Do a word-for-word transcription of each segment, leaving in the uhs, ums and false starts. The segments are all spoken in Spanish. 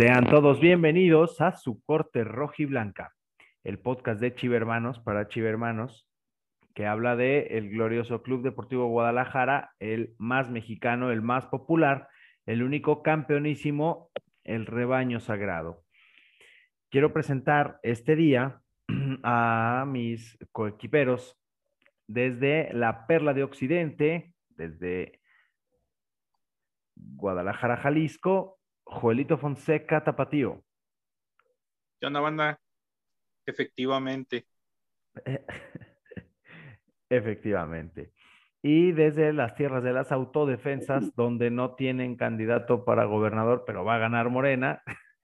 Sean todos bienvenidos a Su Corte Rojiblanca, el podcast de Chivermanos para Chivermanos, que habla de el glorioso Club Deportivo Guadalajara, el más mexicano, el más popular, el único campeonísimo, el rebaño sagrado. Quiero presentar este día a mis coequiperos desde la Perla de Occidente, desde Guadalajara, Jalisco, Joelito Fonseca Tapatío. ¿Qué onda, banda? Efectivamente. Efectivamente. Y desde las tierras de las autodefensas, donde no tienen candidato para gobernador, pero va a ganar Morena,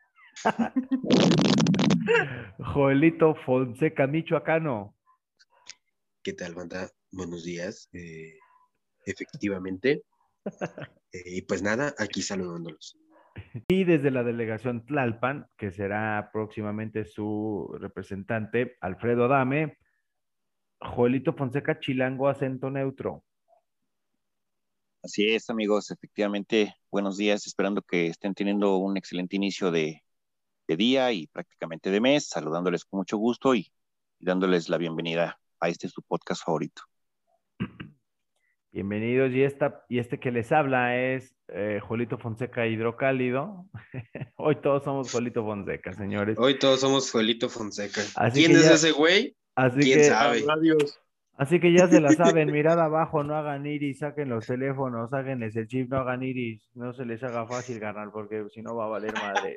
Joelito Fonseca Michoacano. ¿Qué tal, banda? Buenos días. Eh, efectivamente. Eh, y pues nada, aquí saludándolos. Y desde la delegación Tlalpan, que será próximamente su representante, Alfredo Adame, Joelito Fonseca Chilango acento neutro. Así es, amigos, efectivamente, buenos días, esperando que estén teniendo un excelente inicio de, de día y prácticamente de mes, saludándoles con mucho gusto y, y dándoles la bienvenida a este su podcast favorito. Bienvenidos, y, esta, y este que les habla es eh, Joelito Fonseca Hidrocálido. Hoy todos somos Joelito Fonseca, señores. Hoy todos somos Joelito Fonseca. Así ¿Quién que es ya, ese güey? así ¿Quién que, sabe? Adiós. Así que ya se la saben, mirad abajo, no hagan iris, saquen los teléfonos, sáquenles el chip, no hagan iris, no se les haga fácil ganar, porque si no va a valer madre.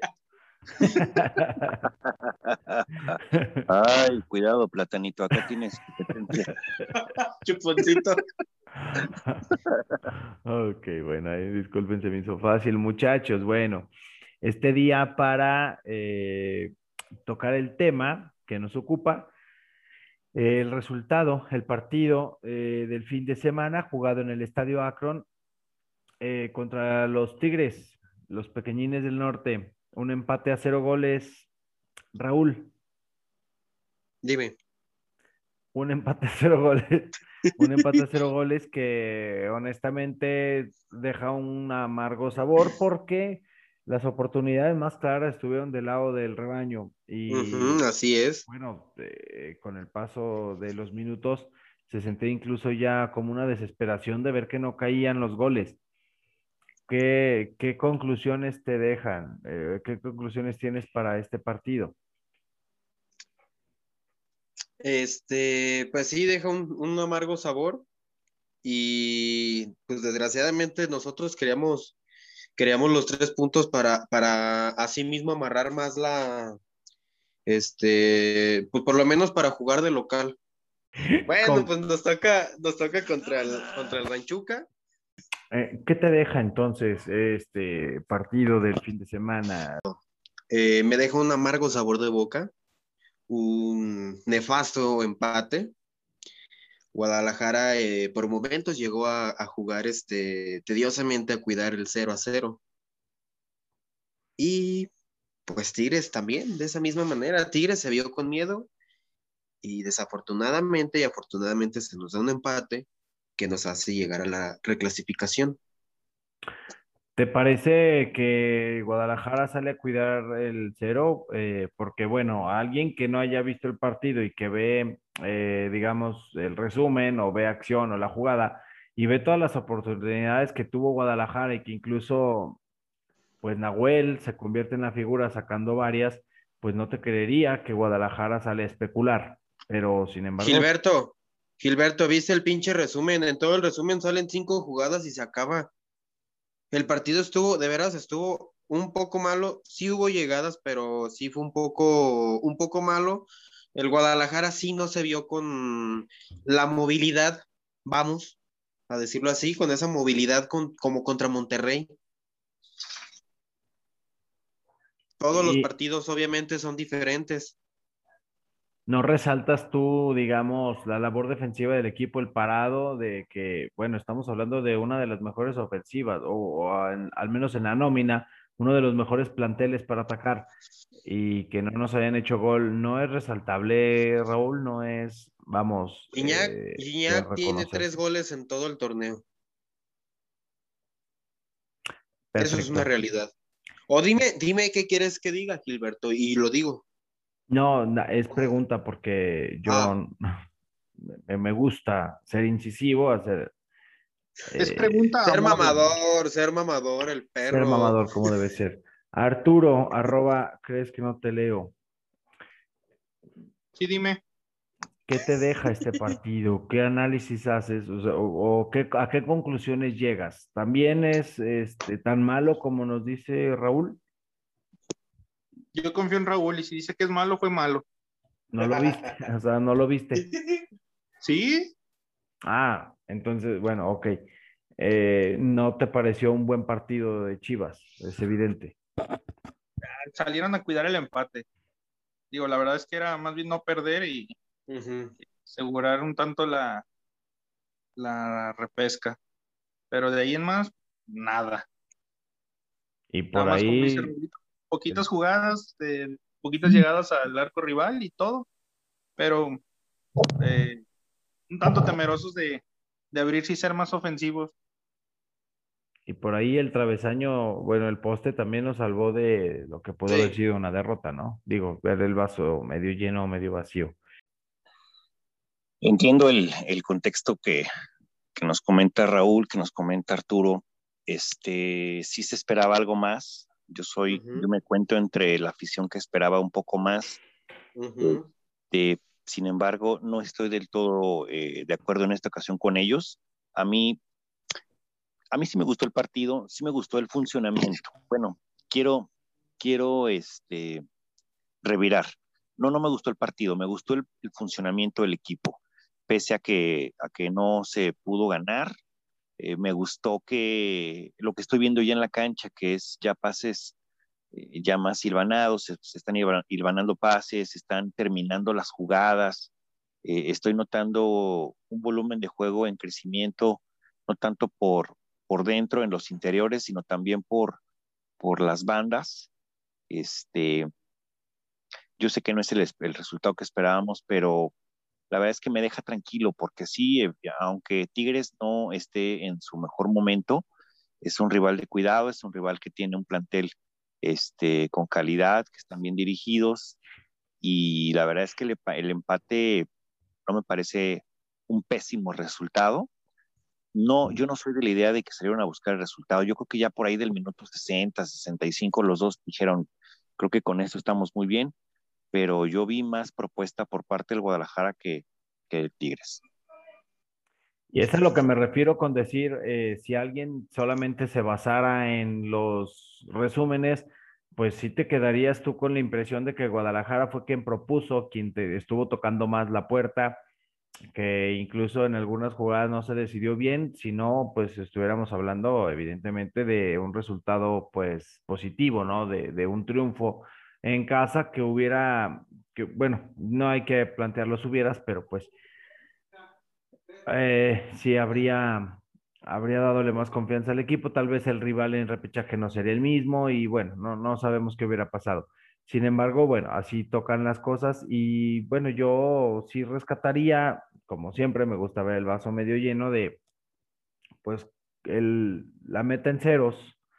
Ay, cuidado, platanito, acá tienes competencia. Chuponcito. Ok, bueno, ahí, disculpen, se me hizo fácil, muchachos. Bueno, este día para eh, tocar el tema que nos ocupa, eh, el resultado, el partido eh, del fin de semana jugado en el Estadio Akron eh, contra los Tigres, los pequeñines del norte, un empate a cero goles. Raúl, Dime. un empate a cero goles, un empate a cero goles que honestamente deja un amargo sabor porque las oportunidades más claras estuvieron del lado del rebaño y Ujú, así es. bueno, eh, con el paso de los minutos se sentía incluso ya como una desesperación de ver que no caían los goles. ¿Qué, qué conclusiones te dejan? Eh, ¿qué conclusiones tienes para este partido? Este, pues sí, deja un, un amargo sabor. Y pues desgraciadamente nosotros queríamos, queríamos los tres puntos para, para así mismo amarrar más la, este, pues por lo menos para jugar de local. Bueno, Con- pues nos toca, nos toca contra el, contra el Ranchuca. eh, ¿qué te deja entonces este partido del fin de semana? Eh, me deja un amargo sabor de boca, un nefasto empate. Guadalajara eh, por momentos llegó a, a jugar este, tediosamente a cuidar el cero a cero. Y pues Tigres también, de esa misma manera. Tigres se vio con miedo y desafortunadamente y afortunadamente se nos da un empate que nos hace llegar a la reclasificación. ¿Te parece que Guadalajara sale a cuidar el cero? Eh, porque, bueno, alguien que no haya visto el partido y que ve, eh, digamos, el resumen o ve acción o la jugada y ve todas las oportunidades que tuvo Guadalajara y que incluso, pues, Nahuel se convierte en la figura sacando varias, pues no te creería que Guadalajara sale a especular. Pero, sin embargo, Gilberto, Gilberto, ¿viste el pinche resumen? En todo el resumen salen cinco jugadas y se acaba. El partido estuvo, de veras, estuvo un poco malo. Sí hubo llegadas, pero sí fue un poco, un poco malo. El Guadalajara sí no se vio con la movilidad, vamos a decirlo así, con esa movilidad con, como contra Monterrey. Todos los y, partidos obviamente son diferentes. ¿no resaltas tú, digamos, la labor defensiva del equipo, el parado, de que, bueno, estamos hablando de una de las mejores ofensivas, o, o en- al menos en la nómina, uno de los mejores planteles para atacar, y que no nos hayan hecho gol? ¿No es resaltable, Raúl? ¿No es, vamos, Gignac, eh, de Gignac tiene tres reconocerse? goles en todo el torneo. Eso es una Perfecto. realidad. O dime, dime qué quieres que diga, Gilberto, y lo digo. No, na- es pregunta porque Ah, yo me, me gusta ser incisivo, hacer, Es eh, pregunta a ser modo. mamador, ser mamador, el ser perro. mamador como debe ser. Arturo, arroba, ¿crees que no te leo? Sí, dime. ¿Qué te deja este partido? ¿Qué análisis haces? O sea, o, o qué, ¿a qué conclusiones llegas? ¿También es este, tan malo como nos dice Raúl? Yo confío en Raúl y si dice que es malo, fue malo. ¿No lo viste? O sea, ¿no lo viste? Sí, Ah, entonces, bueno, ok. Eh, ¿no te pareció un buen partido de Chivas? Es evidente. salieron a cuidar el empate. Digo, la verdad es que era más bien no perder y Ujú. asegurar un tanto la, la repesca. Pero de ahí en más, nada. Y Nada por más como dice ahí, Raulito, poquitas jugadas, eh, poquitas llegadas al arco rival y todo, pero eh, un tanto temerosos de, de abrirse y ser más ofensivos. y por ahí el travesaño, bueno, el poste también nos salvó de lo que pudo haber Sí. sido una derrota, ¿no? Digo, ver el vaso medio lleno o medio vacío. Entiendo el, el contexto que, que nos comenta Raúl, que nos comenta Arturo. Este, sí se esperaba algo más. Yo soy, yo Ujú, me cuento entre la afición que esperaba un poco más. ujú, Este, sin embargo, no estoy del todo eh, de acuerdo en esta ocasión con ellos. A mí, a mí sí me gustó el partido, sí me gustó el funcionamiento. Bueno, quiero, quiero, este, revirar. No, no me gustó el partido, me gustó el, el funcionamiento del equipo. Pese a que, a que no se pudo ganar, eh, me gustó que lo que estoy viendo ya en la cancha, que es ya pases eh, ya más silvanados, se, se están hilvanando pases, se están terminando las jugadas. Eh, estoy notando un volumen de juego en crecimiento, no tanto por, por dentro en los interiores, sino también por, por las bandas. Este, yo sé que no es el, el resultado que esperábamos, pero la verdad es que me deja tranquilo porque sí, eh, aunque Tigres no esté en su mejor momento, es un rival de cuidado, es un rival que tiene un plantel este, con calidad, que están bien dirigidos y la verdad es que el, el empate no me parece un pésimo resultado. No, yo no soy de la idea de que salieron a buscar el resultado. Yo creo que ya por ahí del minuto sesenta, sesenta y cinco los dos dijeron, creo que con esto estamos muy bien, pero yo vi más propuesta por parte del Guadalajara que, que el Tigres. Y es a lo que me refiero con decir, eh, si alguien solamente se basara en los resúmenes, pues sí te quedarías tú con la impresión de que Guadalajara fue quien propuso, quien te estuvo tocando más la puerta, que incluso en algunas jugadas no se decidió bien, sino pues estuviéramos hablando evidentemente de un resultado pues positivo, ¿no? De, de un triunfo en casa que hubiera, que bueno, no hay que plantear los hubieras, pero pues eh, sí habría, habría dadole más confianza al equipo, tal vez el rival en repechaje no sería el mismo y bueno, no, no sabemos qué hubiera pasado. Sin embargo, bueno, así tocan las cosas y bueno, yo sí rescataría, como siempre me gusta ver el vaso medio lleno de, pues, el, la meta en ceros,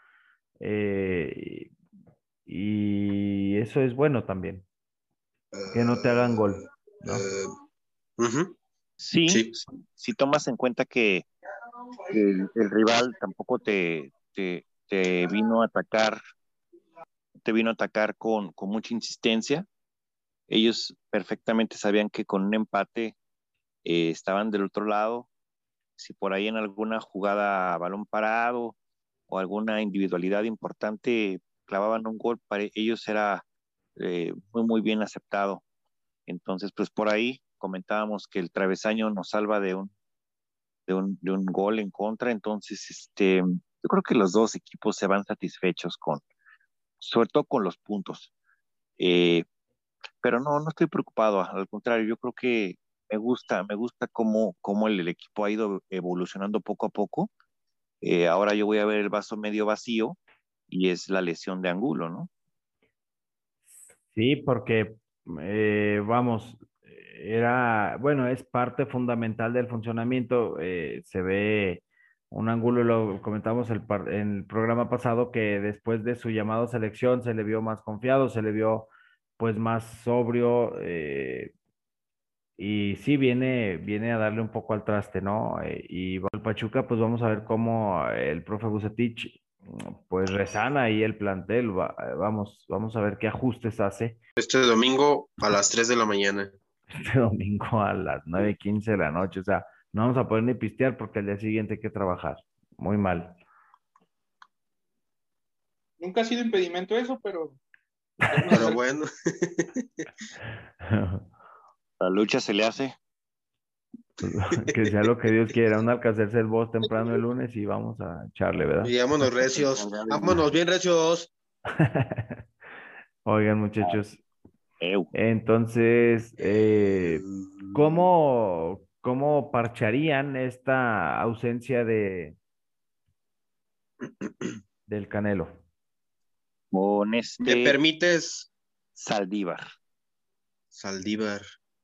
eh, y eso es bueno también, que no te hagan gol, ¿no? eh, ujú, Sí, sí. si tomas en cuenta que el, el rival tampoco te, te, te vino a atacar, te vino a atacar con, con mucha insistencia. Ellos perfectamente sabían que con un empate eh, estaban del otro lado. Si por ahí en alguna jugada a balón parado o alguna individualidad importante clavaban un gol, para ellos era eh, muy, muy bien aceptado. Entonces, pues por ahí comentábamos que el travesaño nos salva de un, de un, de un gol en contra. Entonces, este, yo creo que los dos equipos se van satisfechos con, sobre todo con los puntos. Eh, pero no, no estoy preocupado, al contrario, yo creo que me gusta, me gusta cómo, cómo el, el equipo ha ido evolucionando poco a poco. Eh, ahora yo voy a ver el vaso medio vacío y es la lesión de Angulo, ¿no? Sí, porque, eh, vamos, era, bueno, es parte fundamental del funcionamiento. Eh, se ve un ángulo, lo comentamos el par- en el programa pasado, que después de su llamado a selección se le vio más confiado, se le vio pues más sobrio, eh, y sí viene, viene a darle un poco al traste, ¿no? Eh, y el Pachuca, pues vamos a ver cómo el profe Bucetich mm, pues resana ahí el plantel, va- eh, vamos, vamos a ver qué ajustes hace Este domingo a las tres de la mañana. este domingo a las nueve y quince de la noche, o sea, no vamos a poder ni pistear porque al día siguiente hay que trabajar, muy mal. Nunca ha sido impedimento eso, pero ya no Pero sé. bueno, La lucha se le hace. Que sea lo que Dios quiera, un alcanzarse el boss temprano el lunes y vamos a echarle, ¿verdad? y vámonos recios. Vámonos bien recios. Oigan, muchachos, Eu. entonces, Eh, eh, ¿cómo, cómo parcharían esta ausencia de, del Canelo? Con ¿Me este permites, Saldívar. Saldívar?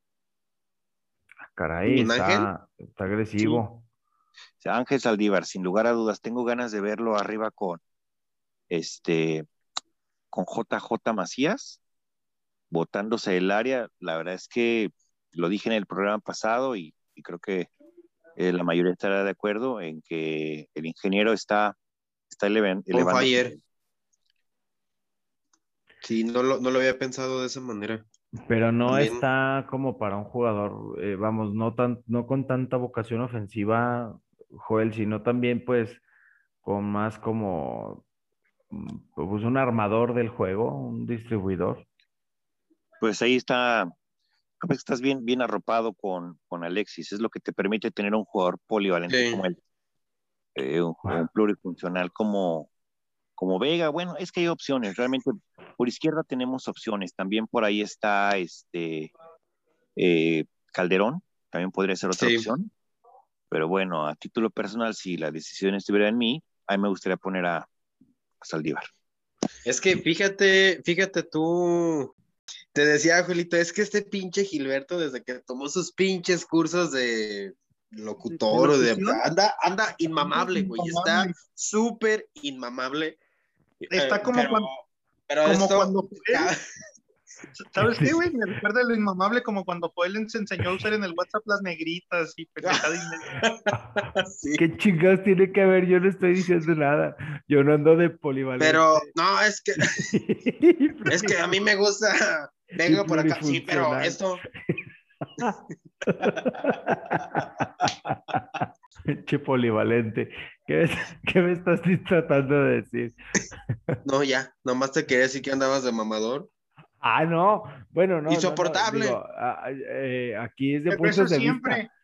Caray, ¿Don Ángel? está, está Sí. agresivo. O sea, Ángel Saldívar, sin lugar a dudas, tengo ganas de verlo arriba con este, con J J Macías, botándose el área. La verdad es que lo dije en el programa pasado y, y creo que eh, la mayoría estará de acuerdo en que el ingeniero está, está eleven- On elevando su fire. Sí, no lo, no lo había pensado de esa manera. Pero no También, está como para un jugador, eh, vamos, no tan, no con tanta vocación ofensiva, Joel, sino también pues con más como mm, pues un armador del juego, un distribuidor. pues ahí está, creo que estás bien, bien arropado con, con Alexis, es lo que te permite tener un jugador polivalente sí, como él, eh, un, un plurifuncional como, como Vega. Bueno, es que hay opciones, realmente por izquierda tenemos opciones, también por ahí está este eh, Calderón, también podría ser otra sí. opción, pero bueno, a título personal, si la decisión estuviera en mí, a mí me gustaría poner a, a Saldívar. Es que fíjate, fíjate tú, te decía, Julito, es que este pinche Gilberto, desde que tomó sus pinches cursos de ¿De, de locutor o de... locución? Anda, anda Anda inmamable, güey, está inmamable. súper inmamable. Está Eh, como pero, cuando, pero como esto, cuando Joel, ca- ¿sabes qué, güey? Me recuerda lo inmamable como cuando Joel se enseñó a usar en el WhatsApp las negritas y pendejada y media. sí, ¿Qué chingados tiene que ver? Yo no estoy diciendo nada. Yo no ando de polivalente pero no, es que, y, es que a plurifun- mí me gusta, y venga por acá, sí, pero plurifuncional. esto, Che polivalente. ¿Qué, qué me estás tratando de decir? no, ya, nomás te quería decir que andabas de mamador. Ah, no. Bueno, no, no, no. Digo, Insoportable. ah, ah, eh, aquí es de Pero eso puntos es de vista. siempre,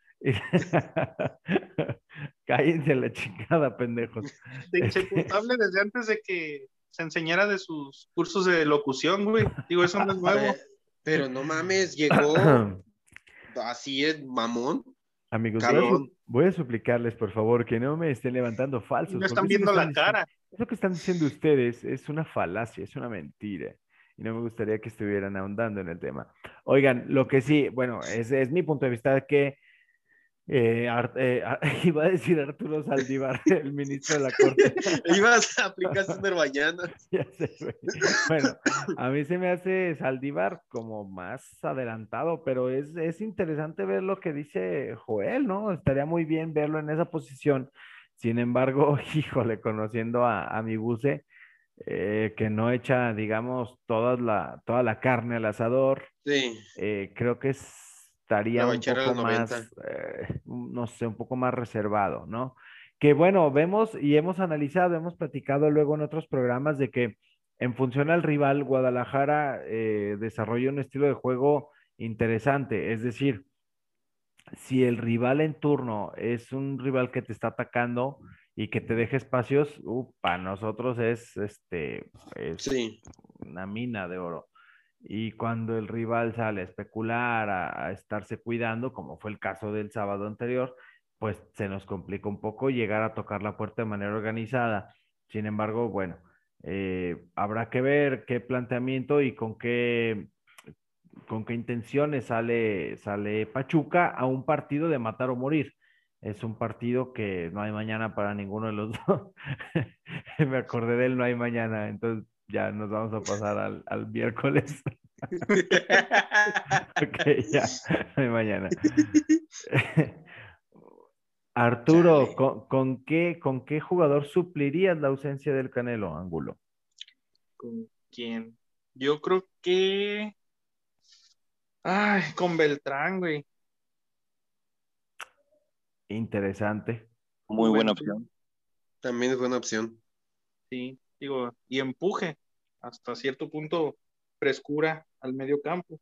Cállense a la chingada, pendejos. de Este, insoportable desde antes de que se enseñara de sus cursos de locución, güey. Digo, eso no es Pe- nuevo. pero no mames, llegó así es mamón, Amigos, voy a, su- cabrón. voy a suplicarles, por favor, que no me estén levantando Y falsos, no porque están eso que viendo están la diciendo, cara. eso que están diciendo ustedes es una falacia, es una mentira. Y no me gustaría que estuvieran ahondando en el tema. Oigan, lo que sí, bueno, ese es mi punto de vista que eh, Ar- eh, Ar- iba a decir Arturo Saldívar, el ministro de la Corte. Ibas a aplicar Sender Mañana. Ya sé, güey. Bueno, a mí se me hace Saldívar como más adelantado, pero es, es interesante ver lo que dice Joel, ¿no? Estaría muy bien verlo en esa posición. Sin embargo, híjole, conociendo a, a mi buce, eh, que no echa, digamos, toda la, toda la carne al asador, Sí, eh, creo que la estaría va a un echar a poco los noventa. más, eh, no sé, un poco más reservado, ¿no? Que bueno, vemos y hemos analizado, hemos platicado luego en otros programas de que en función al rival, Guadalajara eh, desarrolla un estilo de juego interesante, es decir, si el rival en turno es un rival que te está atacando y que te deja espacios, uh, para nosotros es, este, es Sí, una mina de oro. Y cuando el rival sale a especular, a, a estarse cuidando, como fue el caso del sábado anterior, pues se nos complica un poco llegar a tocar la puerta de manera organizada. Sin embargo, bueno, eh, habrá que ver qué planteamiento y con qué, con qué intenciones sale, sale Pachuca a un partido de matar o morir. es un partido que no hay mañana para ninguno de los dos. Me acordé del no hay mañana, entonces ya nos vamos a pasar al, al miércoles. Ok, ya, no hay mañana. Arturo, Chale. ¿con, con qué, con qué jugador suplirías la ausencia del Canelo Ángulo? ¿Con quién? Yo creo que. Ay, con Beltrán, güey. Interesante. Muy buena Juventud, opción. También es buena opción. sí. Digo, y empuje. Hasta cierto punto, frescura al medio campo.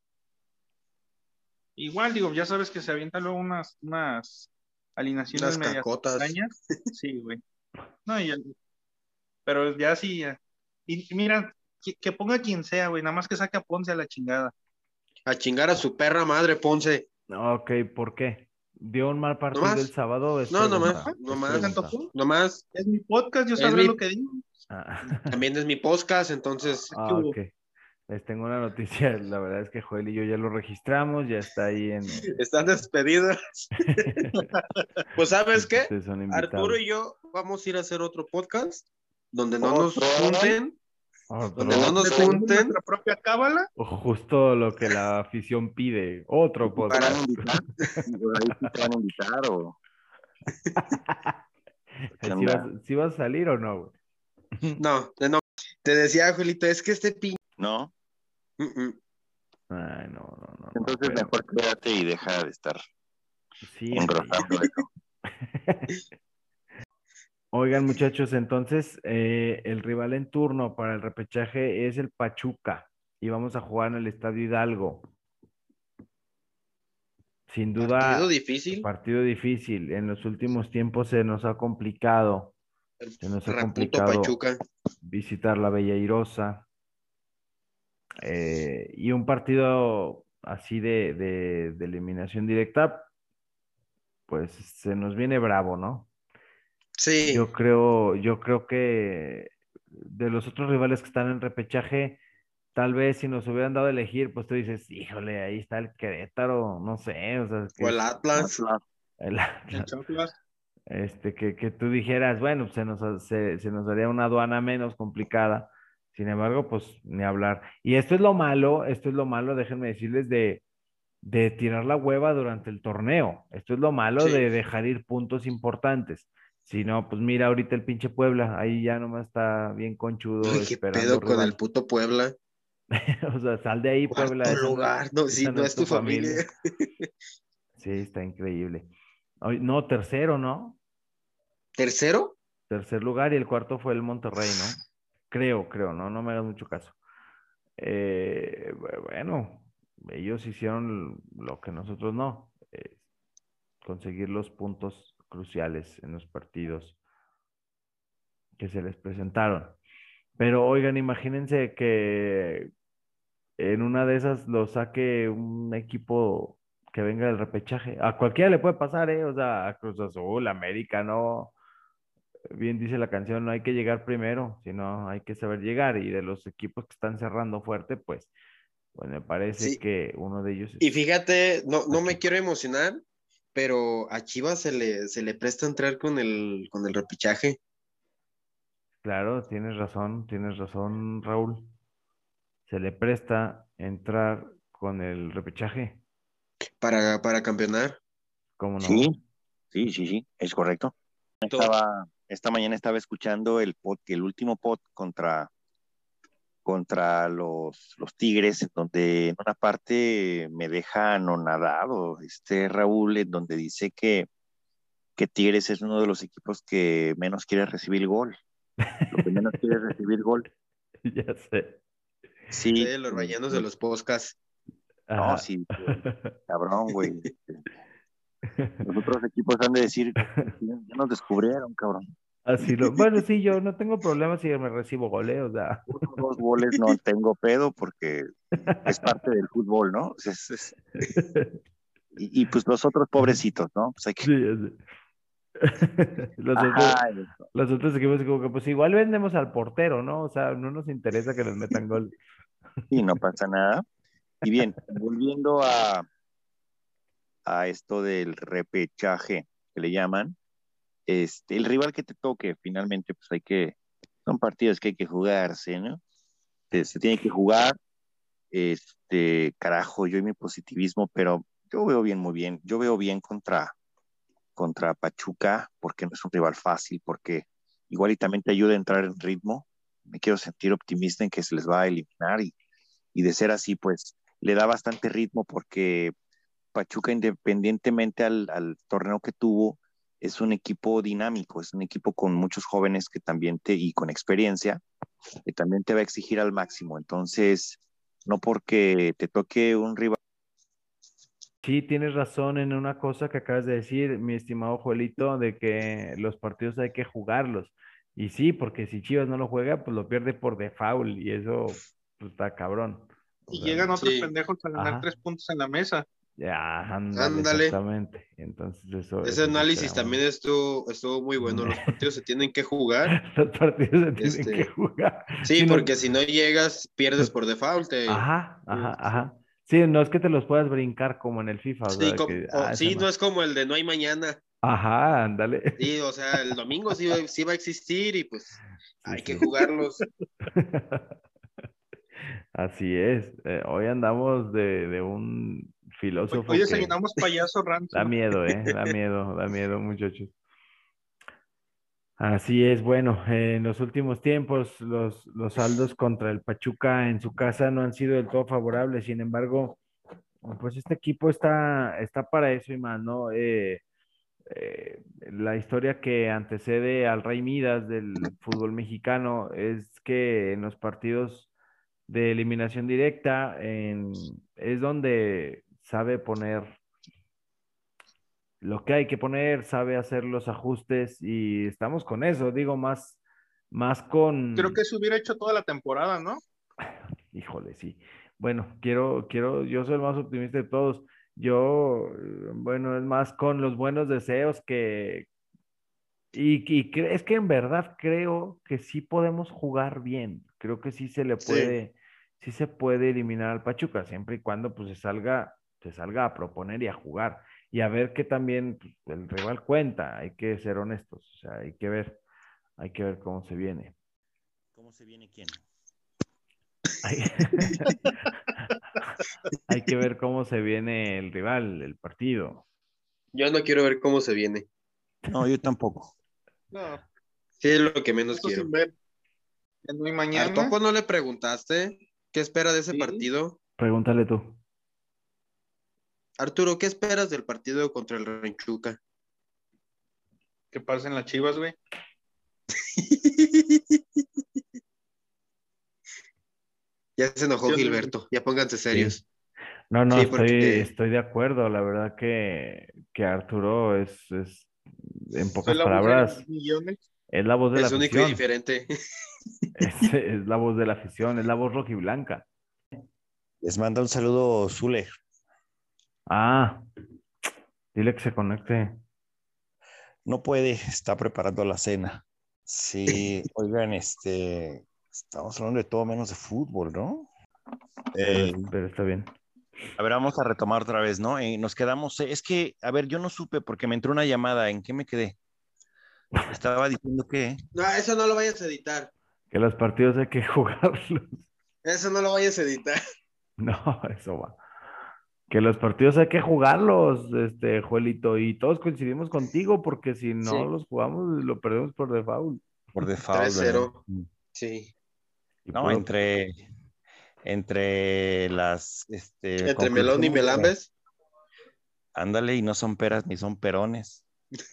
Igual, digo, ya sabes que se avientan luego unas, unas alineaciones Las medias cacotas. extrañas. Sí, güey. No, y el- pero ya sí. ya. Y mira, que, que ponga quien sea, güey. Nada más que saque a Ponce a la chingada. A chingar a su perra madre, Ponce. Ok, ¿por qué? ¿Dio un mal ¿No partido el más? sábado? Es No, no más. pregunta, No es ¿Se te más. pregunta. antojó? No más. Es mi podcast, yo Es sabré lo mi, que digo. Ah, también es mi podcast, entonces. ¿Qué ah, hubo? ok. Les tengo una noticia. La verdad es que Joel y yo ya lo registramos, ya está ahí en... eh, Están despedidos. Pues, ¿sabes qué? Ustedes son Arturo invitados. y yo vamos a ir a hacer otro podcast donde no nos Otro. junten, donde no Otro. nos ¿Tenemos junten nuestra propia cábala? Justo lo que la afición pide. Otro ¿Sí te van a podcast. invitar? Digo, ahí sí te van a invitar o qué ¿Sí vas, onda? sí vas a salir o no, güey? No, no. Te decía, Julito, es que este pin. ¿No? Mm, mm. Ay, no, no, no, no, Entonces pero mejor quédate y deja de estar sí, hombre. engrosando eso. Oigan, muchachos, entonces eh, el rival en turno para el repechaje es el Pachuca y vamos a jugar en el Estadio Hidalgo. Sin Partido duda, difícil. partido difícil. En los últimos tiempos se nos ha complicado, El se nos ha Raputo complicado Pachuca. visitar la Bella Irosa. Eh, y un partido así de, de, de eliminación directa, pues se nos viene bravo, ¿no? Sí, Yo creo, yo creo que de los otros rivales que están en repechaje, tal vez si nos hubieran dado a elegir, pues tú dices, híjole, ahí está el Querétaro, no sé, o sea, que o el es Atlas. Atlas. el El Atlas, Choclas. este, que, que tú dijeras, bueno, se nos, ha- se, se nos haría una aduana menos complicada. Sin embargo, pues ni hablar. Y esto es lo malo, esto es lo malo, déjenme decirles, de, de tirar la hueva durante el torneo. Esto es lo malo Sí. de dejar ir puntos importantes. Si no, pues mira ahorita el pinche Puebla, ahí ya nomás está bien conchudo Ay, qué esperando pedo con el rival. puto Puebla. O sea, sal de ahí, Puebla, Cuarto esa no es, lugar. No, sí, esa no no es es tu tu familia. familia. Sí, está increíble. Ay, no, tercero, ¿no? ¿Tercero? Tercer lugar y el cuarto fue el Monterrey, ¿no? Creo, creo, no, no me hagas mucho caso. Eh, bu- bueno, ellos hicieron lo que nosotros no, eh, conseguir los puntos cruciales en los partidos que se les presentaron. Pero oigan, imagínense que en una de esas lo saque un equipo que venga del repechaje. A cualquiera le puede pasar, ¿eh? O sea, a Cruz Azul, América, no. Bien dice la canción, no hay que llegar primero, sino hay que saber llegar. Y de los equipos que están cerrando fuerte, pues, pues me parece Sí. que uno de ellos Y es fíjate, no, no me Pachuca. quiero emocionar, pero a Chivas se le, se le presta entrar con el, con el repechaje Claro, tienes razón, tienes razón, Raúl. Se le presta entrar con el repechaje, para, para campeonar. ¿cómo Sí, no? sí, sí, sí, es correcto. To- Estaba, esta mañana estaba escuchando el pod, el último pod contra, contra los, los Tigres, en donde en una parte me deja anonadado este Raúl, en donde dice que, que Tigres es uno de los equipos que menos quiere recibir gol, lo que menos quiere es recibir gol. Ya sé. Sí, de los eh, rayanos de los- los podcasts. no, Ajá. sí, eh, cabrón, güey. Los otros equipos han de decir, ya ya nos descubrieron, cabrón. Así lo. Bueno, sí, yo no tengo problemas si me recibo goleo, o sea. Uno o dos goles no tengo pedo porque es parte del fútbol, ¿no? Es- es- y, y, pues los otros pobrecitos, ¿no? Pues hay que... Sí, ya sé. Los otros, Ajá, los otros equipos como que pues igual vendemos al portero, ¿no? O sea, no nos interesa que nos metan gol. y no pasa nada. Y bien, volviendo a, a esto del repechaje, que le llaman. Este, el rival que te toque, finalmente, pues hay que, son partidos que hay que jugarse, ¿no? Se, se tiene que jugar, este, carajo, yo y mi positivismo, pero yo veo bien, muy bien, yo veo bien contra, contra Pachuca, porque no es un rival fácil, porque igual y también te ayuda a entrar en ritmo, me quiero sentir optimista en que se les va a eliminar y, y de ser así, pues le da bastante ritmo porque Pachuca, independientemente al, al torneo que tuvo, es un equipo dinámico, es un equipo con muchos jóvenes que también te, y con experiencia, que también te va a exigir al máximo. Entonces, no porque te toque un rival. Sí, tienes razón en una cosa que acabas de decir, mi estimado Juelito, de que los partidos hay que jugarlos. Y sí, porque si Chivas no lo juega, pues lo pierde por default y eso pues, está cabrón. O Y sea, llegan otros Sí, pendejos a ganar ajá, tres puntos en la mesa. ya, ándale, ándale. exactamente. Entonces eso, Ese eso sí análisis está también mal. estuvo, estuvo muy bueno. Los partidos se tienen que jugar. Los partidos se tienen que Este, jugar. sí, Si no, porque si no llegas, pierdes no- por default. te- ajá, ajá, ajá. Sí, no es que te los puedas brincar como en el FIFA, o Sí, sea, com- que, o- ah, ese sí, no no. es como el de no hay mañana. Ajá, ándale. Sí, o sea, el domingo sí, va- sí va a existir y pues Sí, hay que sí. jugarlos. Así es. Eh, hoy andamos de, de un Hoy, hoy filósofo que desayunamos payaso da rancio. miedo, ¿eh? Da miedo, da miedo, muchachos. Así es, bueno, eh, en los últimos tiempos los, los saldos contra el Pachuca en su casa no han sido del todo favorables. Sin embargo, pues este equipo está, está para eso y más, ¿no? Eh, eh, la historia que antecede al Rey Midas del fútbol mexicano es que en los partidos de eliminación directa en- es donde sabe poner lo que hay que poner, sabe hacer los ajustes y estamos con eso, digo, más, más Creo que con, eso hubiera hecho toda la temporada, ¿no? híjole, sí. Bueno, quiero, quiero, yo soy el más optimista de todos. Yo, eh, bueno, es más con los buenos deseos que, y, y cre- es que en verdad creo que sí podemos jugar bien. Creo que sí se le Sí, puede, sí se puede eliminar al Pachuca, siempre y cuando pues se salga, se salga a proponer y a jugar. Y a ver que también pues, el rival cuenta, hay que ser honestos, o sea, hay que ver, hay que ver cómo se viene. ¿Cómo se viene quién? Hay, hay que ver cómo se viene el rival, el partido. yo no quiero ver cómo se viene. No, yo tampoco. No, Sí, es lo que menos eso sin quiero. ver. Ya no hay ¿Al mañana. Topo no le preguntaste qué espera de ese Sí. partido? Pregúntale tú. Arturo, ¿qué esperas del partido contra el Renchuca? Que pasen las Chivas, güey. Ya se enojó ¿Sí o no? Gilberto, ya pónganse Sí. serios. No, no, Sí, estoy, porque estoy de acuerdo. La verdad que, que Arturo es, es, en Soy pocas la voz de palabras, millones. es la voz de la es único y afición. diferente. Es, es la voz de la afición, es la voz rojiblanca. Les manda un saludo, Zule. Ah, dile que se conecte. No puede, está preparando la cena. Sí, oigan, este, estamos hablando de todo menos de fútbol, ¿no? Pero, Eh, es- pero está bien. a ver, vamos a retomar otra vez, ¿no? Eh, nos quedamos, eh, es que, a ver, yo no supe porque me entró una llamada, ¿en qué me quedé? Estaba diciendo que, No, eso no lo vayas a editar. Que los partidos hay que jugarlos. Eso no lo vayas a editar. No, eso va. Que los partidos hay que jugarlos, este, Juelito, y todos coincidimos contigo, porque si no Sí, los jugamos, lo perdemos por default. por default, tres ¿verdad? cero. Sí. Y No, puro, entre, entre las este, Entre Melón y conclusiones de, Melambes. ándale, y no son peras ni son perones.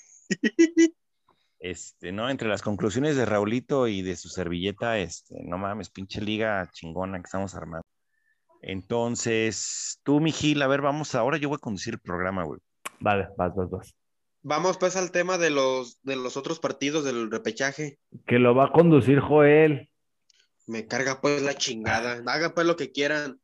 Este, ¿no? Entre las conclusiones de Raulito y de su servilleta, este, no mames, pinche liga chingona que estamos armando. Entonces, tú, mi Gil, a ver, vamos, ahora yo voy a conducir el programa, güey. vale, vas, vas, vas. Vamos pues al tema de los de los otros partidos del repechaje. Que lo va a conducir Joel. Me carga pues la chingada. Hagan pues lo que quieran.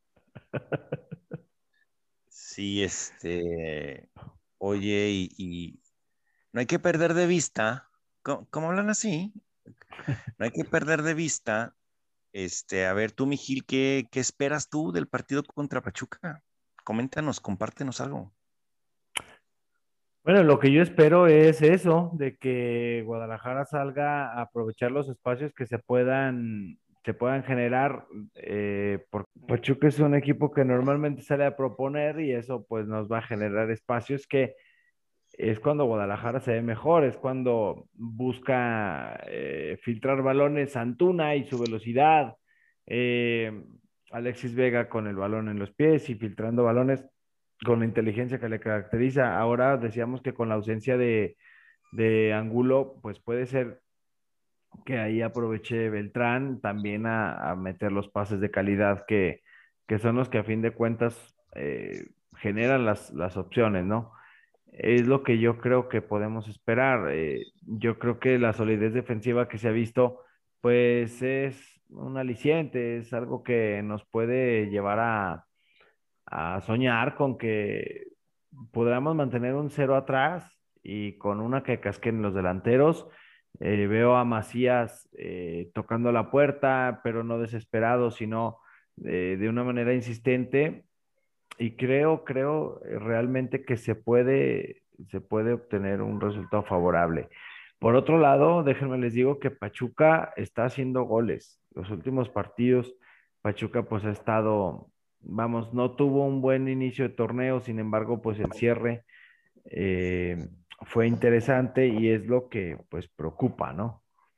Sí, este, oye, y, y no hay que perder de vista, ¿cómo, cómo hablan así? No hay que perder de vista, este, a ver, tú, mi Gil, ¿qué, qué esperas tú del partido contra Pachuca? Coméntanos, compártenos algo. Bueno, lo que yo espero es eso, de que Guadalajara salga a aprovechar los espacios que se puedan, se puedan generar, eh, porque Pachuca es un equipo que normalmente sale a proponer y eso pues nos va a generar espacios que es cuando Guadalajara se ve mejor, es cuando busca eh, filtrar balones Antuna y su velocidad, eh, Alexis Vega con el balón en los pies y filtrando balones con la inteligencia que le caracteriza. Ahora decíamos que con la ausencia de, de Angulo, pues puede ser que ahí aproveche Beltrán también a, a meter los pases de calidad que, que son los que a fin de cuentas eh, generan las, las opciones, ¿no? Es lo que yo creo que podemos esperar. Eh, yo creo que la solidez defensiva que se ha visto, pues es un aliciente, es algo que nos puede llevar a, a soñar con que podamos mantener un cero atrás y con una que casquen los delanteros. Eh, veo a Macías eh, tocando la puerta, pero no desesperado, sino eh, de una manera insistente. Y creo, creo eh, realmente que se puede, se puede obtener un resultado favorable. Por otro lado, déjenme les digo que Pachuca está haciendo goles. Los últimos partidos, Pachuca pues ha estado, vamos, no tuvo un buen inicio de torneo, sin embargo, pues el cierre eh, fue interesante y es lo que pues preocupa, ¿no?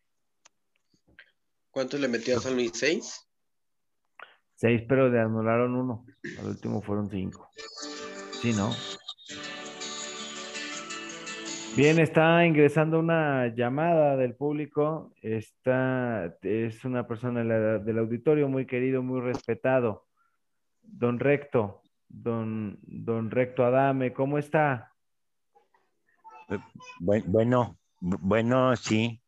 ¿Cuánto le metió a San Luis? ¿Seis? Seis, pero le anularon uno. Al último fueron cinco. Sí, ¿no? Bien, está ingresando una llamada del público. Esta es una persona de la- del auditorio muy querido, muy respetado. Don Recto, don, don Recto Adame, ¿cómo está? Eh, buen- Bueno, bu- bueno, sí.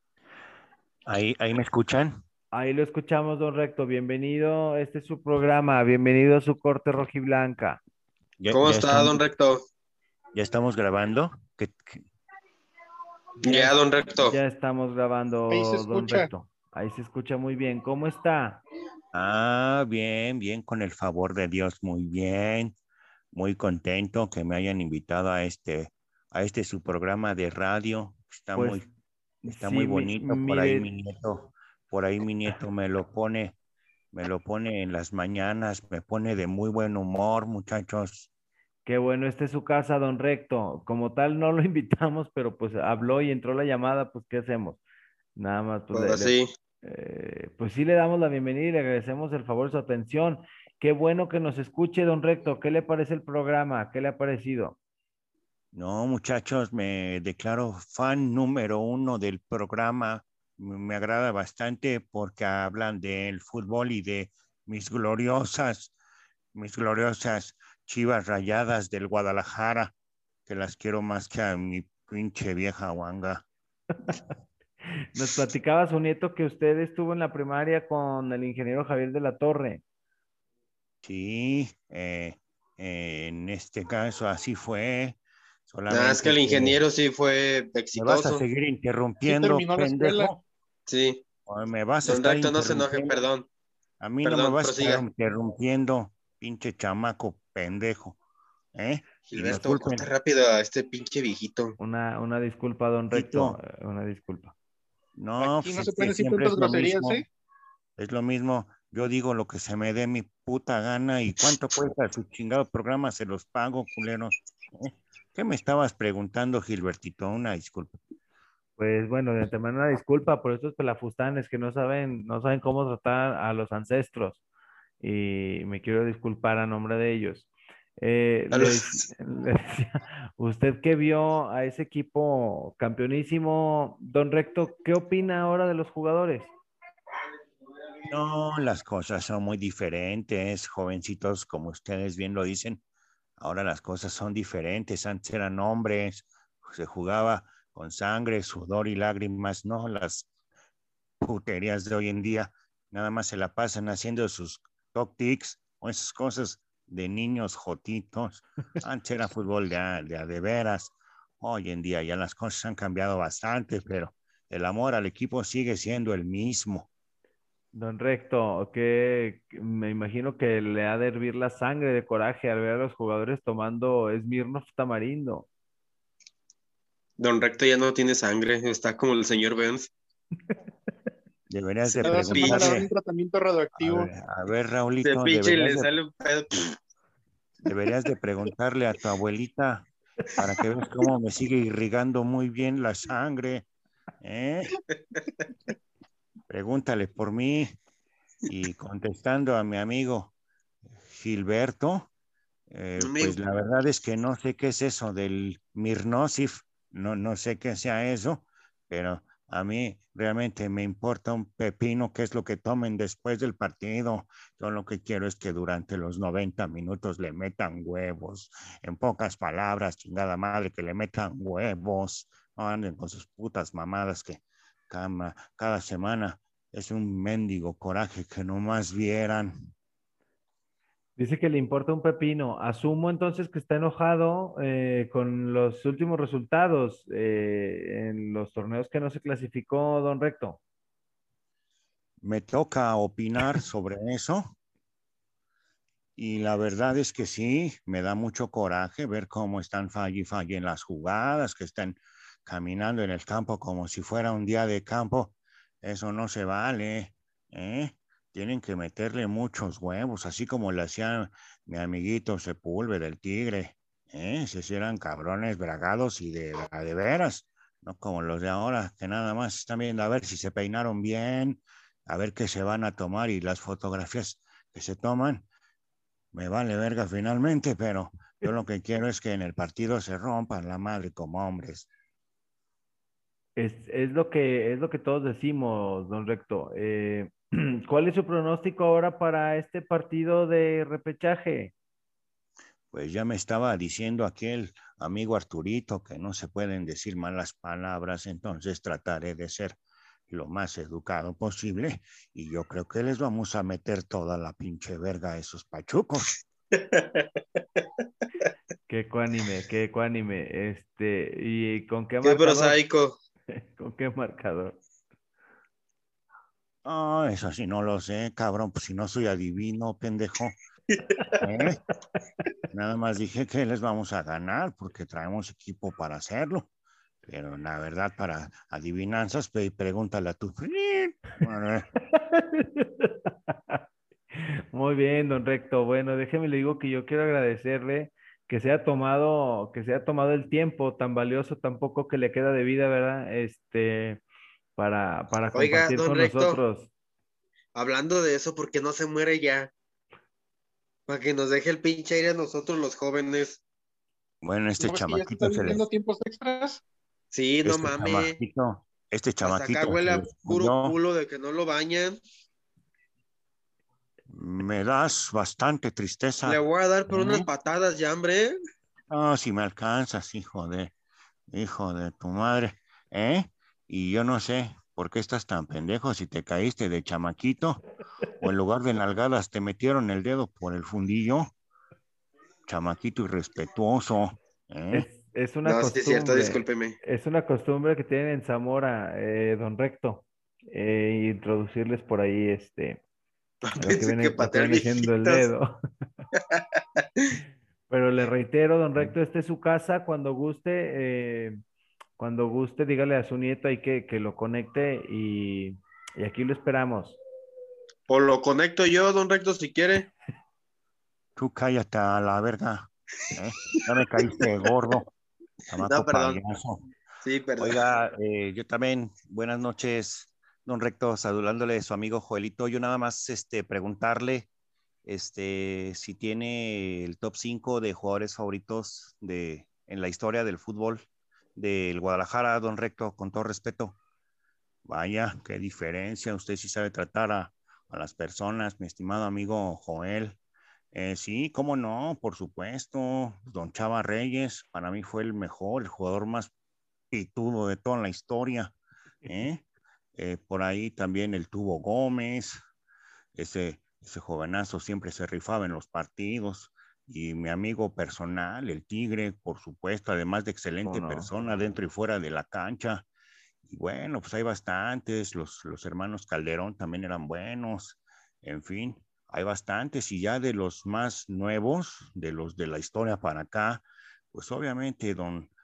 Ahí, ahí me escuchan. Ahí lo escuchamos, don Recto. Bienvenido. Este es su programa. Bienvenido a su corte rojiblanca. Ya, ¿Cómo ya está, estamos, don Recto? ya estamos grabando. ¿Qué- qué- Ya, Ya, es- don Recto. ya estamos Ahí se grabando, don escucha. Recto. Ahí se escucha muy bien. ¿Cómo está? Ah, bien, bien, con el favor de Dios, muy bien. Muy contento que me hayan invitado a este, a este su programa de radio. Está Pues muy, está muy sí, mi- bonito. Por ahí mi mire, nieto, por ahí mi nieto me lo pone, me lo pone en las mañanas, me pone de muy buen humor, muchachos. qué bueno, esta es su casa, don Recto. Como tal, no lo invitamos, pero pues habló y entró la llamada, pues ¿qué hacemos? Nada más, pues le, Pues le- sí. eh, pues sí le damos la bienvenida y le agradecemos el favor de su atención. Qué bueno que nos escuche, don Recto. ¿Qué le parece el programa? ¿Qué le ha parecido? No, muchachos, me declaro fan número uno del programa. Me me agrada bastante porque hablan del fútbol y de mis gloriosas, mis gloriosas Chivas Rayadas del Guadalajara, que las quiero más que a mi pinche vieja guanga. Nos platicaba su nieto que usted estuvo en la primaria con el ingeniero Javier de la Torre. Sí, eh, eh, en este caso así fue, Nada, es que solamente el que ingeniero sí fue me vas a exitoso. seguir Sí interrumpiendo, terminó la escuela. pendejo, Sí. o me vas a Don estar Recto, no se enoje, interrumpiendo. perdón. A mí no me Perdón, vas a estar prosiga. interrumpiendo, pinche chamaco pendejo, ¿eh? Y Gilberto, corta disculpen, rápido a este pinche viejito. Una, una disculpa, don Recto, Tito, eh, una disculpa. no, Aquí pues no se es que pueden decir siempre tantas es lo groserías, ¿eh? mismo, es lo mismo. Yo digo lo que se me dé mi puta gana y cuánto cuesta su chingado programa, se los pago, culeros. ¿Eh? ¿Qué me estabas preguntando, Gilbertito? Una disculpa. Pues bueno, de antemano una disculpa por estos pelafustanes que no saben, no saben cómo tratar a los ancestros. Y me quiero disculpar a nombre de ellos. Eh, A le, dec- los- le decía, usted que vio a ese equipo campeonísimo, don Recto, ¿qué opina ahora de los jugadores? No, las cosas son muy diferentes, jovencitos, como ustedes bien lo dicen. Ahora las cosas son diferentes. Antes eran hombres, se jugaba con sangre, sudor y lágrimas, no las puterías de hoy en día. Nada más se la pasan haciendo sus tics o esas cosas de niños jotitos. Antes era fútbol de a, de a de veras. Hoy en día ya las cosas han cambiado bastante, pero el amor al equipo sigue siendo el mismo. Don Recto, que me imagino que le ha de hervir la sangre de coraje al ver a los jugadores tomando Smirnoff Tamarindo. Don Recto ya no tiene sangre, está como el señor Benz. Deberías de Cada semana le dan preguntarle, un tratamiento a radioactivo. ver, a ver, De Raulito, pinche deberías le de, sale un pedo. deberías de preguntarle a tu abuelita para que veas cómo me sigue irrigando muy bien la sangre, ¿eh? Pregúntale por mí. Y contestando a mi amigo Gilberto, eh, pues la verdad es que no sé qué es eso del Mirnosif, no, no sé qué sea eso, pero a mí realmente me importa un pepino qué es lo que tomen después del partido. Yo lo que quiero es que durante los noventa minutos le metan huevos. En pocas palabras, chingada madre, que le metan huevos. No anden con sus putas mamadas que cada, cada semana es un mendigo coraje que nomás vieran. Dice que le importa un pepino. Asumo entonces que está enojado eh, con los últimos resultados eh, en los torneos que no se clasificó, don Recto. Me toca opinar sobre eso y la verdad es que sí, me da mucho coraje ver cómo están falle y falle en las jugadas, que están caminando en el campo como si fuera un día de campo. Eso no se vale, ¿eh? Tienen que meterle muchos huevos, así como le hacía mi amiguito Sepúlveda, del Tigre, ¿eh? Se eran cabrones bragados y de, de veras, no como los de ahora, que nada más están viendo a ver si se peinaron bien, a ver qué se van a tomar y las fotografías que se toman me vale verga finalmente, pero yo lo que quiero es que en el partido se rompan la madre como hombres. Es, es lo que, es lo que todos decimos, don Recto. Eh, ¿cuál es su pronóstico ahora para este partido de repechaje? Pues ya me estaba diciendo aquel amigo Arturito que no se pueden decir malas palabras, entonces trataré de ser lo más educado posible y yo creo que les vamos a meter toda la pinche verga a esos pachucos. Qué ecuánime, qué ecuánime. Este, ¿y con qué Qué marcador? prosaico. ¿Con qué marcador? Ah, eso sí no lo sé, cabrón, pues si no soy adivino, pendejo. ¿Eh? Nada más dije que les vamos a ganar porque traemos equipo para hacerlo. Pero la verdad, para adivinanzas, pe- pregúntale a tu... Muy bien, don Recto. Bueno, déjeme le digo que yo quiero agradecerle que se ha tomado, que se ha tomado el tiempo tan valioso, tan poco que le queda de vida, ¿verdad? Este, para, para Oiga, compartir don con Recto, nosotros. hablando de eso, ¿por qué no se muere ya? Para que nos deje el pinche aire a nosotros los jóvenes. Bueno, este ¿No ves que ya se está chamaquito se viviendo les... tiempos extras? Sí, no Este mames. chamaquito, este Hasta acá chamaquito se huele a les puro murió. culo de que no lo bañan. Me das bastante Le tristeza. voy a dar por unas ¿Eh? patadas ya, hombre. No, si me alcanzas, hijo de, hijo de tu madre. ¿Eh? Y yo no sé por qué estás tan pendejo si te caíste de chamaquito o en lugar de nalgadas te metieron el dedo por el fundillo. Chamaquito irrespetuoso, Es, ¿eh? es una No, sí es cierto, costumbre, discúlpeme. es una costumbre que tienen en Zamora, eh, don Recto, eh, introducirles por ahí, este, lo que Pensé que viene, lo que patear viene siendo el viejitas. dedo. Pero le reitero, don ¿Eh? Recto, esta es su casa, cuando guste, eh, cuando guste, dígale a su nieto ahí que, que lo conecte y, y aquí lo esperamos. O lo conecto yo, don Recto, si quiere. Tú cállate a la verga, ¿eh? Ya me caíste gordo, No, chamaco perdón. payaso. Sí, perdón. Oiga, eh, yo también, buenas noches, don Recto, saludándole a su amigo Joelito. Yo nada más este, preguntarle este, si tiene el top cinco de jugadores favoritos de, en la historia del fútbol del Guadalajara, don Recto, con todo respeto. Vaya, qué diferencia. Usted sí sabe tratar a, a las personas, mi estimado amigo Joel. Eh, sí, cómo no, por supuesto. Don Chava Reyes, para mí fue el mejor, el jugador más pitudo de toda la historia. ¿Eh? Eh, por ahí también el Tubo Gómez, ese, ese jovenazo siempre se rifaba en los partidos. Y mi amigo personal, el Tigre, por supuesto, además de ¿Cómo excelente no? persona dentro y fuera de la cancha. Y bueno, pues hay bastantes, los, los hermanos Calderón también eran buenos, en fin, hay bastantes y ya de los más nuevos, de los de la historia para acá, pues obviamente don,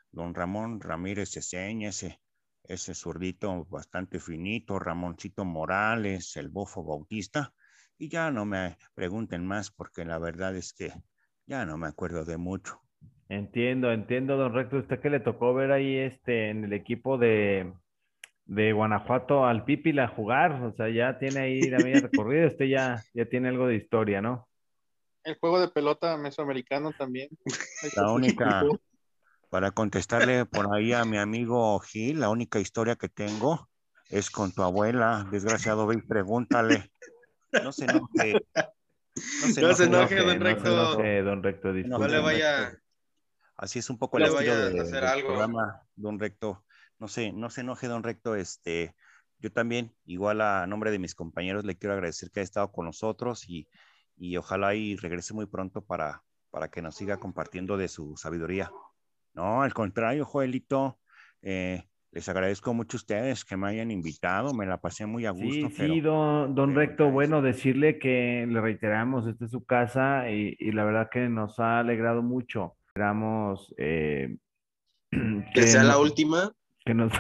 don Ramón Ramírez Ceseña, ese, ese zurdito bastante finito, Ramoncito Morales, el Bofo Bautista, y ya no me pregunten más porque la verdad es que ya no me acuerdo de mucho. Entiendo, entiendo, don Recto. ¿Usted que le tocó ver ahí este en el equipo de, de Guanajuato al Pípila jugar? O sea, ya tiene ahí la media recorrida, usted ya, ya tiene algo de historia, ¿no? El juego de pelota mesoamericano también. Ahí La única, participó. para contestarle por ahí a mi amigo Gil, la única historia que tengo es con tu abuela. Desgraciado, ve y pregúntale. No se enoje. No se No se enoje, enoje, don don No se Recto. enoje, don Recto, No, No le discúlpeme. vaya, así es un poco no el le estilo vaya a de- hacer del algo. programa, don Recto. No sé, no se enoje, don Recto. Este, yo también, igual a nombre de mis compañeros, le quiero agradecer que haya estado con nosotros y, y ojalá y regrese muy pronto para, para que nos siga compartiendo de su sabiduría. No, al contrario, Joelito, eh, les agradezco mucho a ustedes que me hayan invitado, me la pasé muy a Sí, gusto, sí, pero, don, don pero Recto, ya es- bueno, decirle que le reiteramos, esta es su casa y, y la verdad que nos ha alegrado mucho. Esperamos eh, Que que, sea la no- última. que nos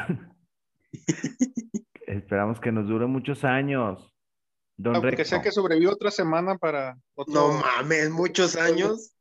esperamos que nos dure muchos años, don Aunque sea Recto. que sobreviva otra semana para No otro. mames, muchos años.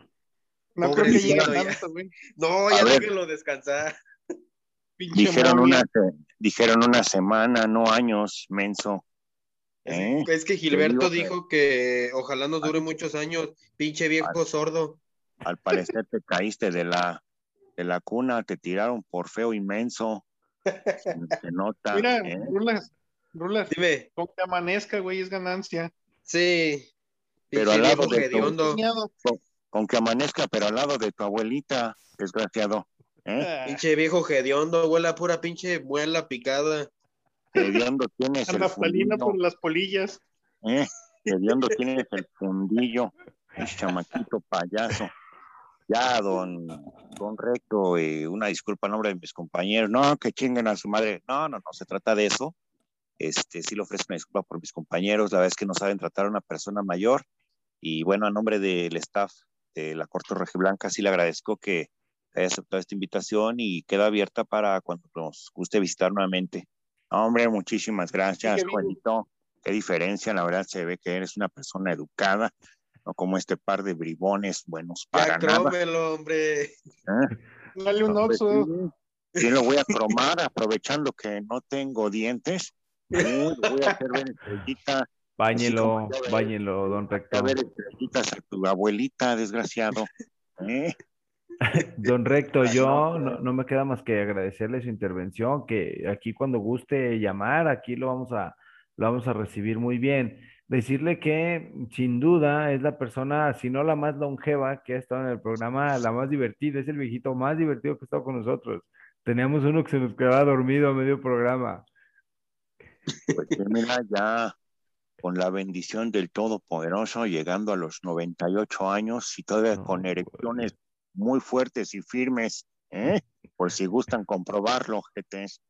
No creo que llegue a Pobrecito, ya. tanto, güey. No, A ya ver. déjenlo descansar. Pinche Dijeron una, momia. se- dijeron una semana, no años, menso. Es, ¿Eh? es que Te Gilberto digo que dijo que ojalá nos dure al, muchos años, pinche al- viejo sordo. al parecer te caíste de la, de la cuna, te tiraron por feo inmenso. Se, se nota, Mira, ¿eh? Rulas, Rulas, Dime, con que amanezca, güey, es ganancia. sí, Pero pinche al lado viejo de tu, hediondo, Cuñado. con, con que amanezca, pero al lado de tu abuelita, desgraciado. ¿Eh? Ah, pinche viejo hediondo, huele a pura pinche muela picada. Hediondo tienes el anda palina por fundillo, las polillas. ¿eh? Hediondo tienes el fundillo, el chamaquito payaso. Ya, don, don Recto, eh, una disculpa en nombre de mis compañeros. No, que chinguen a su madre. No, no, no se trata de eso. Este, sí le ofrezco una disculpa por mis compañeros. La verdad es que no saben tratar a una persona mayor. Y bueno, a nombre del staff de la Corte Rojiblanca, sí le agradezco que haya aceptado esta invitación y queda abierta para cuando nos guste visitar nuevamente. No, hombre, muchísimas gracias, Sigue vivo. Juanito. Qué diferencia, la verdad se ve que eres una persona educada, no como este par de bribones buenos para Ya nada. crómelo, hombre. ¿Eh? Dale un Pues oxo. sí, sí lo voy a cromar aprovechando que no tengo dientes. Sí, lo voy a hacer ver estrellitas. Así como Báñelo, yo ver, báñelo, don a Recto. ver estrellitas a tu abuelita, desgraciado. ¿Eh? Don Recto, Ay, yo no, no, pues. no me queda más que agradecerle su intervención, que aquí cuando guste llamar, aquí lo vamos a, lo vamos a recibir muy bien. Decirle que sin duda es la persona, si no la más longeva que ha estado en el programa, la más divertida, es el viejito más divertido que ha estado con nosotros. Teníamos uno que se nos quedaba dormido a medio programa. Pues sí, mira, ya con la bendición del Todopoderoso, llegando a los noventa y ocho años y todavía con No, erecciones muy fuertes y firmes, ¿eh? Por si gustan comprobarlo, jetes.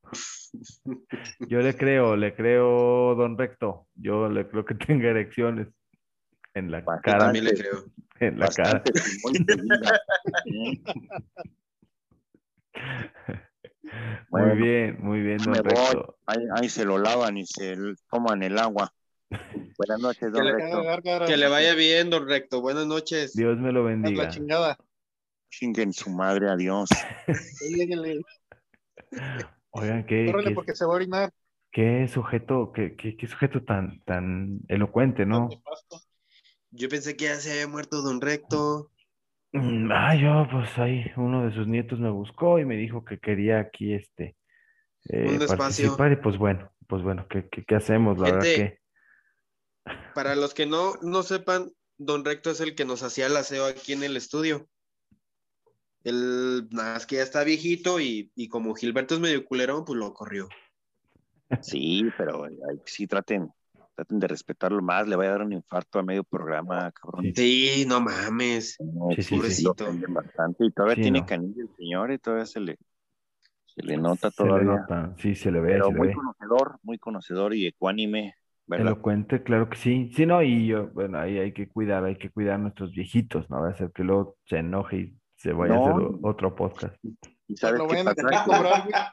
yo le creo, le creo, don Recto. Yo le creo que tenga erecciones en la Yo cara, también le Bastante, creo. en la cara. bastante y muy seguidas. ¿Eh? Muy Bueno, bien, muy bien, ya me don voy. Recto. Ahí, ahí se lo lavan y se l- toman el agua. Buenas noches, Que don le, Recto. que le vaya bien, don Recto. Buenas noches. Dios me lo Haz la bendiga. chingada. Chinguen su madre, adiós. Lléguenle. Oigan, qué, Córrele qué, porque se va a orinar. qué sujeto, qué, qué, qué sujeto tan, tan elocuente, Tan ¿no? nefasto. Yo pensé que ya se había muerto don Recto. Mm, Ah, yo, pues ahí, uno de sus nietos me buscó y me dijo que quería aquí, este, eh, Un espacio. participar y pues bueno, pues bueno, ¿qué, qué, qué hacemos? La verdad Gente, que, para los que no, no sepan, don Recto es el que nos hacía el aseo aquí en el estudio. Él, nada más que ya está viejito y, y como Gilberto es medio culero, pues lo corrió. Sí, pero ay, sí traten, traten de respetarlo más. Le voy a dar un infarto a medio programa, cabrón. Sí, no mames. No, sí, sí, sí, sí, sí lo Pobrecito. ofenden bastante. Y todavía sí, tiene no, canilla el señor y todavía se le, se le nota se le todavía. nota, sí, se le ve, Pero se le muy ve. conocedor, muy conocedor y ecuánime, ¿verdad? Elocuente, claro que sí. Sí, no, y yo, bueno, ahí hay que cuidar, hay que cuidar a nuestros viejitos, ¿no? Va a ser que luego se enoje y se vaya a hacer No, o- otro podcast. ¿Y sabes Lo qué vayan a pasa? tener que cobrar, güey.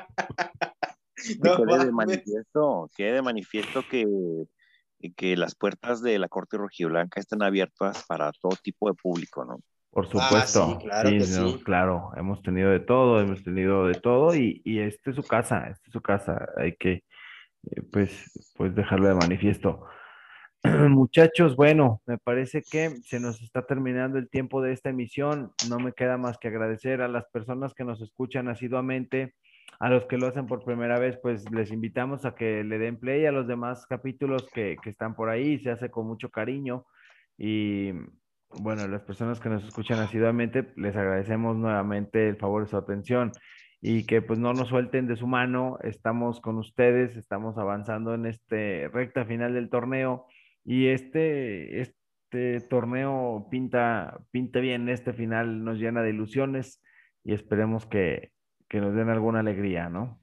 No Quede de mames. manifiesto, quede de manifiesto que, que las puertas de la Corte Rojiblanca están abiertas para todo tipo de público, ¿no? Por Ah, sí, supuesto, claro sí, que no, sí. claro, hemos tenido de todo, hemos tenido de todo y, y esta es su casa, esta es su casa, hay que, eh, pues, pues dejarlo de manifiesto. Muchachos, bueno, me parece que se nos está terminando el tiempo de esta emisión. No me queda más que agradecer a las personas que nos escuchan asiduamente, a los que lo hacen por primera vez, pues les invitamos a que le den play a los demás capítulos que, que están por ahí, se hace con mucho cariño. Y bueno, las personas que nos escuchan asiduamente, les agradecemos nuevamente el favor de su atención y que pues no nos suelten de su mano. Estamos con ustedes, estamos avanzando en este recta final del torneo. Y este, este torneo pinta, pinta bien, este final nos llena de ilusiones y esperemos que, que nos den alguna alegría, ¿no?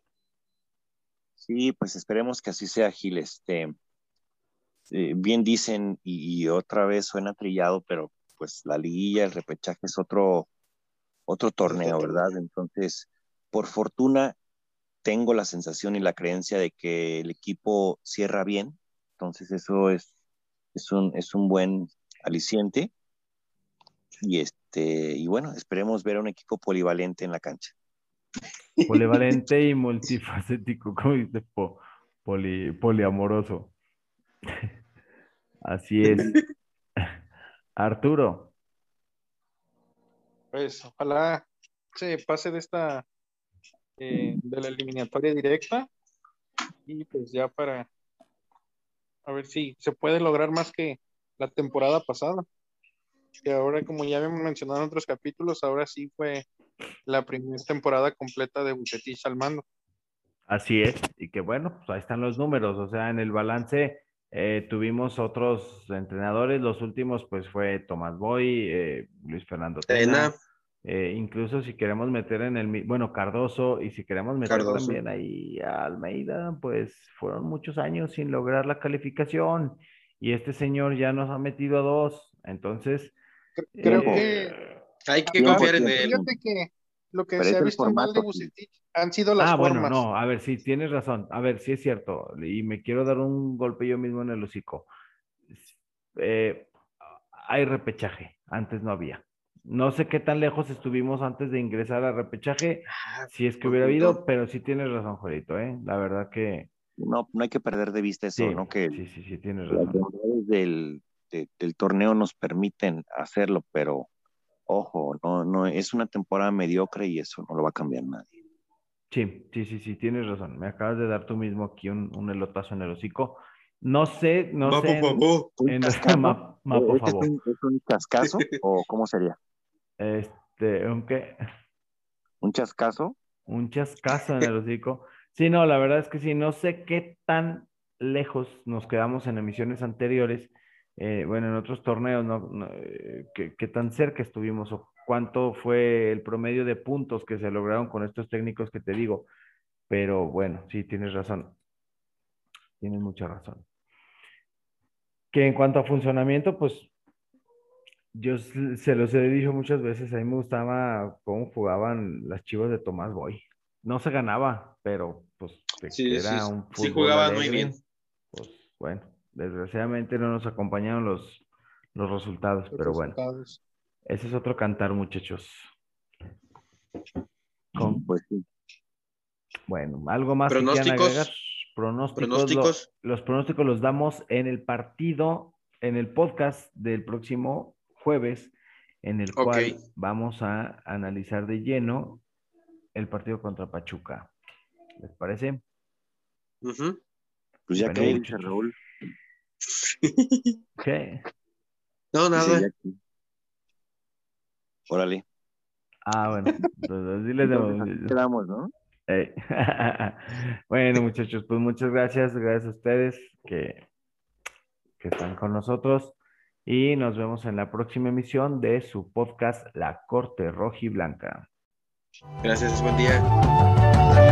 Sí, pues esperemos que así sea, Gil. Este, eh, bien dicen, y, y otra vez suena trillado, pero pues la liguilla, el repechaje es otro, otro torneo, ¿verdad? Entonces, por fortuna, tengo la sensación y la creencia de que el equipo cierra bien. Entonces, eso es, es un, es un buen aliciente. Y este, y bueno, esperemos ver a un equipo polivalente en la cancha. Polivalente y multifacético, como dice, po- poli, poliamoroso. Así es. Arturo, Pues ojalá se pase de esta, eh, de la eliminatoria directa y pues ya para a ver si se puede lograr más que la temporada pasada. Que ahora, como ya habíamos mencionado en otros capítulos, ahora sí fue la primera temporada completa de Bucetich al mando. así es. Y que bueno, pues ahí están los números. O sea, en el balance eh, tuvimos otros entrenadores. Los últimos, pues fue Tomás Boy, eh, Luis Fernando Tena, Tena. Eh, incluso si queremos meter en el, mi- bueno, Cardoso, y si queremos meter Cardoso. también ahí a Almeida, pues fueron muchos años sin lograr la calificación y este señor ya nos ha metido a dos, entonces, Creo Tiempo, que eh, Hay que acá, tiempo, confiar en tiempo, él. tiempo. fíjate que lo que Pero se es ha el visto mal de formato, Gil. Bucetich han sido las ah, bueno, formas. no, a ver, sí, tienes razón, a ver, sí es cierto, y me quiero dar un golpe yo mismo en el hocico. Eh, hay repechaje, antes no había. No sé qué tan lejos estuvimos antes de ingresar a repechaje, Ah, si es que buen hubiera habido, punto. pero sí tienes razón, Jorito, ¿eh? La verdad que No, no hay que perder de vista eso, sí, ¿no? Que sí, sí, sí, tienes las razón. bondades del, de- del torneo nos permiten hacerlo, pero ojo, no, no, es una temporada mediocre y eso no lo va a cambiar nadie. Sí, sí, sí, sí, tienes razón. Me acabas de dar tú mismo aquí un, un elotazo en el hocico. No sé, no Va, sé por en, favor. ¿Un en cascazo? ma, ma, ¿E- por ¿Este es favor. un, es un cascazo o cómo sería? Este, aunque ¿Un chascazo? un chascazo en el hocico. Sí, no, la verdad es que sí, no sé qué tan lejos nos quedamos en emisiones anteriores, eh, bueno, en otros torneos, ¿no? No, eh, qué, qué tan cerca estuvimos o cuánto fue el promedio de puntos que se lograron con estos técnicos que te digo, pero bueno, sí, tienes razón, tienes mucha razón. Que en cuanto a funcionamiento, pues yo s- se los he dicho muchas veces, a mí me gustaba cómo jugaban las Chivas de Tomás Boy. No se ganaba, pero pues de que Sí, sí, era un sí fútbol jugaban muy bien. alegre, pues bueno, desgraciadamente no nos acompañaron los, los resultados, Los pero bueno, resultados. ese es otro cantar, muchachos. Con, Pues sí. bueno, algo más que quieran agregar. Pronósticos, Pronósticos, lo- pronósticos. los pronósticos los damos en el partido, en el podcast del próximo jueves, en el Ok. cual vamos a analizar de lleno el partido contra Pachuca. ¿Les parece? Ujú. Pues ya Bueno, que dice muchachos. Raúl, ¿Qué? No, dice ya nada. que. Órale. Ah, bueno, pues diles Entonces así de... quedamos, ¿no? Ey. Bueno, muchachos, pues muchas gracias, gracias a ustedes que, que están con nosotros y nos vemos en la próxima emisión de su podcast La Corte Rojiblanca. Gracias, buen día.